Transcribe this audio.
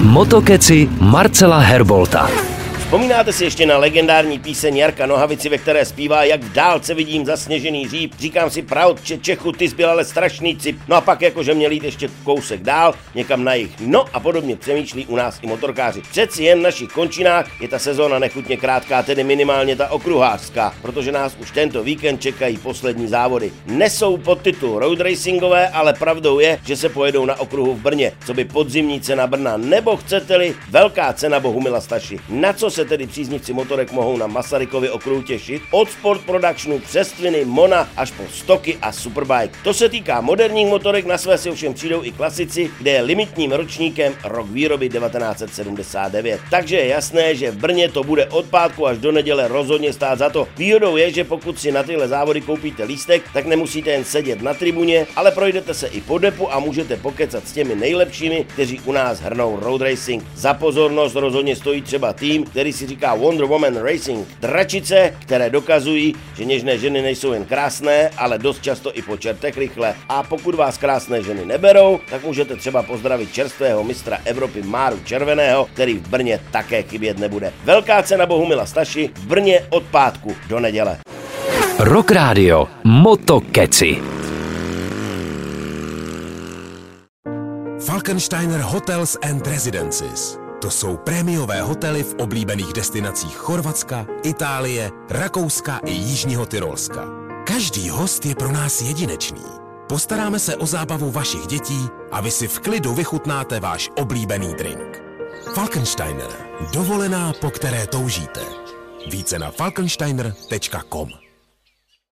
Motokeci Marcela Herbolta. Vzpomínáte si ještě na legendární píseň Jarka Nohavici, ve které zpívá: jak v dálce vidím zasněžený hřib, říkám si praotče Čechu, ty jsi byl ale strašný cip. No a pak jakože měl jít ještě kousek dál, někam na jih. No a podobně přemýšlí u nás i motorkáři. Přeci jen v našich končinách je ta sezóna nechutně krátká, tedy minimálně ta okruhářská, protože nás už tento víkend čekají poslední závody. Nesou podtitul road racingové, ale pravdou je, že se pojedou na okruhu v Brně, co by podzimní cena Brna, nebo chcete-li velká cena Bohumila Staši. Na co se tedy příznivci motorek mohou na Masarykově okruhu těšit? Od Sport Productionu přes Twiny, Mona až po Stoky a Superbike. To se týká moderních motorek, na své si ovšem přijdou i klasici, kde je limitním ročníkem rok výroby 1979. Takže je jasné, že v Brně to bude od pátku až do neděle rozhodně stát za to. Výhodou je, že pokud si na tyhle závody koupíte lístek, tak nemusíte jen sedět na tribuně, ale projdete se i po depu a můžete pokecat s těmi nejlepšími, kteří u nás hrnou road racing. Za pozornost rozhodně stojí třeba tým, který si říká Wonder Woman Racing. Dračice, které dokazují, že něžné ženy nejsou jen krásné, ale dost často i po čertech rychle. A pokud vás krásné ženy neberou, tak můžete třeba pozdravit čerstvého mistra Evropy Máru Červeného, který v Brně také chybět nebude. Velká cena Bohumila Staši v Brně od pátku do neděle. Rock Radio Motokeci. Falkensteiner Hotels and Residences. To jsou prémiové hotely v oblíbených destinacích Chorvatska, Itálie, Rakouska i Jižního Tyrolska. Každý host je pro nás jedinečný. Postaráme se o zábavu vašich dětí a vy si v klidu vychutnáte váš oblíbený drink. Falkensteiner. Dovolená, po které toužíte. Více na falkensteiner.com.